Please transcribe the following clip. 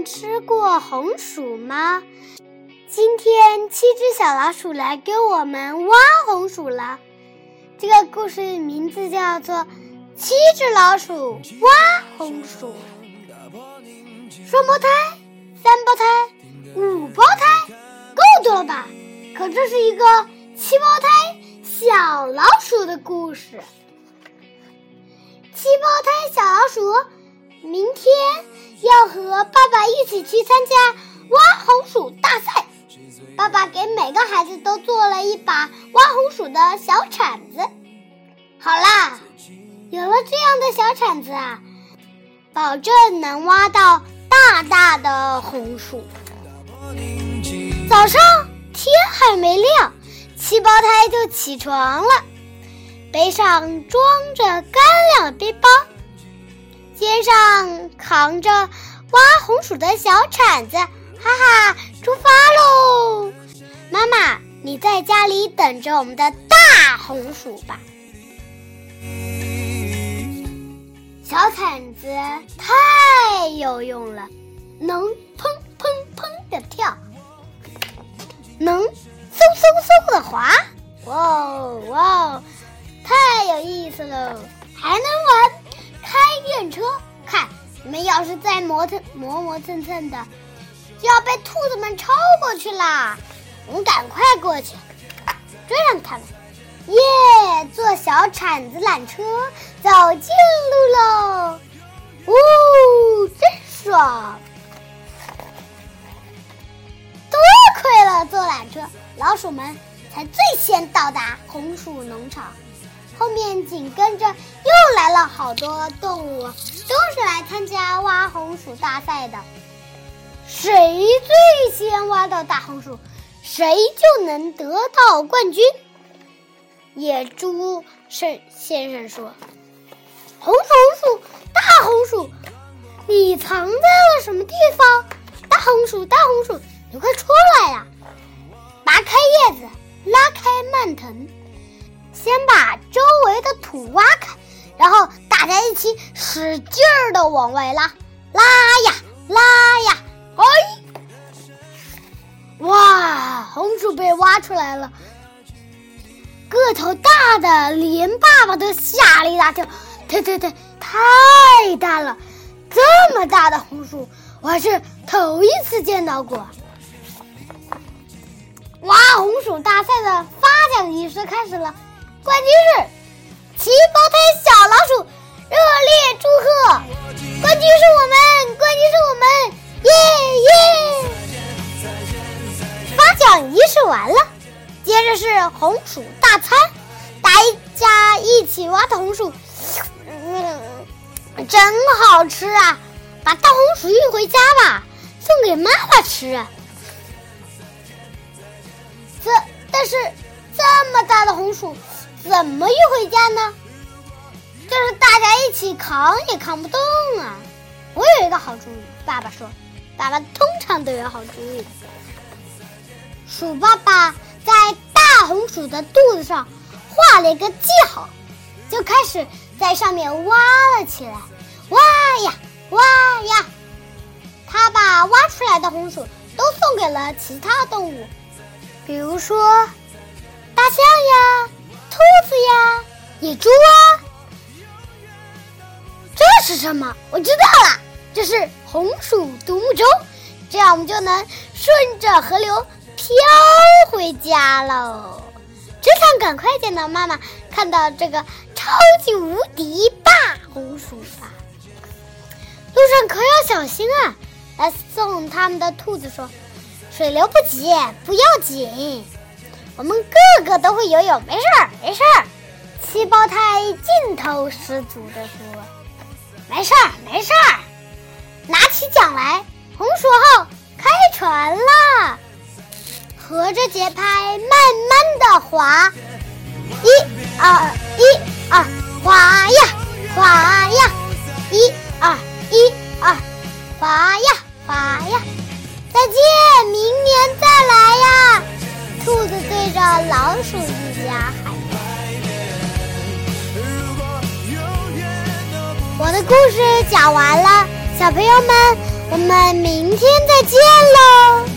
们吃过红薯吗？今天7只小老鼠来给我们挖红薯了。这个故事的名字叫做《7只老鼠挖红薯》。双胞胎、3胞胎、5胞胎，够多了吧？可这是一个7胞胎小老鼠的故事。7胞胎小老鼠明天要和爸爸一起去参加挖红薯大赛。爸爸给每个孩子都做了一把挖红薯的小铲子。好啦，有了这样的小铲子啊，保证能挖到大大的红薯。早上天还没亮，7胞胎就起床了，背上装着干粮的背包，肩上扛着挖红薯的小铲子，哈哈，出发喽！妈妈，你在家里等着我们的大红薯吧。小铲子太有用了，能砰砰砰的跳，能嗖嗖嗖的滑，哇哦哇哦，太有意思了！还能玩开电车，看你们要是再磨蹭蹭的，就要被兔子们超过去啦！我们赶快过去追上他们。耶！坐小铲子缆车走近路喽！呜，真爽！多亏了坐缆车，老鼠们才最先到达红薯农场。后面紧跟着又来了好多动物，都是来参加挖红薯大赛的。谁最先挖到大红薯，谁就能得到冠军。野猪先生说：“红薯，大红薯，你藏在了什么地方？大红薯，你快出来呀！拔开叶子，拉开蔓藤，先把周围的土挖开，然后大家一起使劲儿的往外拉，拉呀！哎，哇，红薯被挖出来了。”个头大的连爸爸都吓了一大跳，对，太大了！这么大的红薯，我还是头一次见到过。挖红薯大赛的发奖仪式开始了，冠军是7胞胎小老鼠，热烈祝贺！冠军是我们，耶！发奖仪式完了。接着是红薯大餐，大家一起挖的红薯，真好吃啊！把大红薯运回家吧，送给妈妈吃。但是这么大的红薯怎么运回家呢？就是大家一起扛也扛不动啊！我有一个好主意，爸爸说，爸爸通常都有好主意。鼠爸爸在大红薯的肚子上画了一个记号，就开始在上面挖了起来，挖呀！他把挖出来的红薯都送给了其他动物，比如说大象呀、兔子呀、野猪啊。这是什么？我知道了，这是红薯独木舟，这样我们就能顺着河流飘回家喽！真想赶快见到妈妈，看到这个超级无敌大红薯吧！路上可要小心啊！来送他们的兔子说：“水流不急，不要紧，我们个个都会游泳，没事儿。”7胞胎劲头十足地说：“没事儿。”拿起桨来，红薯号开船啦！合着节拍慢慢的滑，1、2、滑呀，1、2、滑呀，再见，明年再来呀！兔子对着老鼠一家喊着。我的故事讲完了，小朋友们。 我们明天再见喽。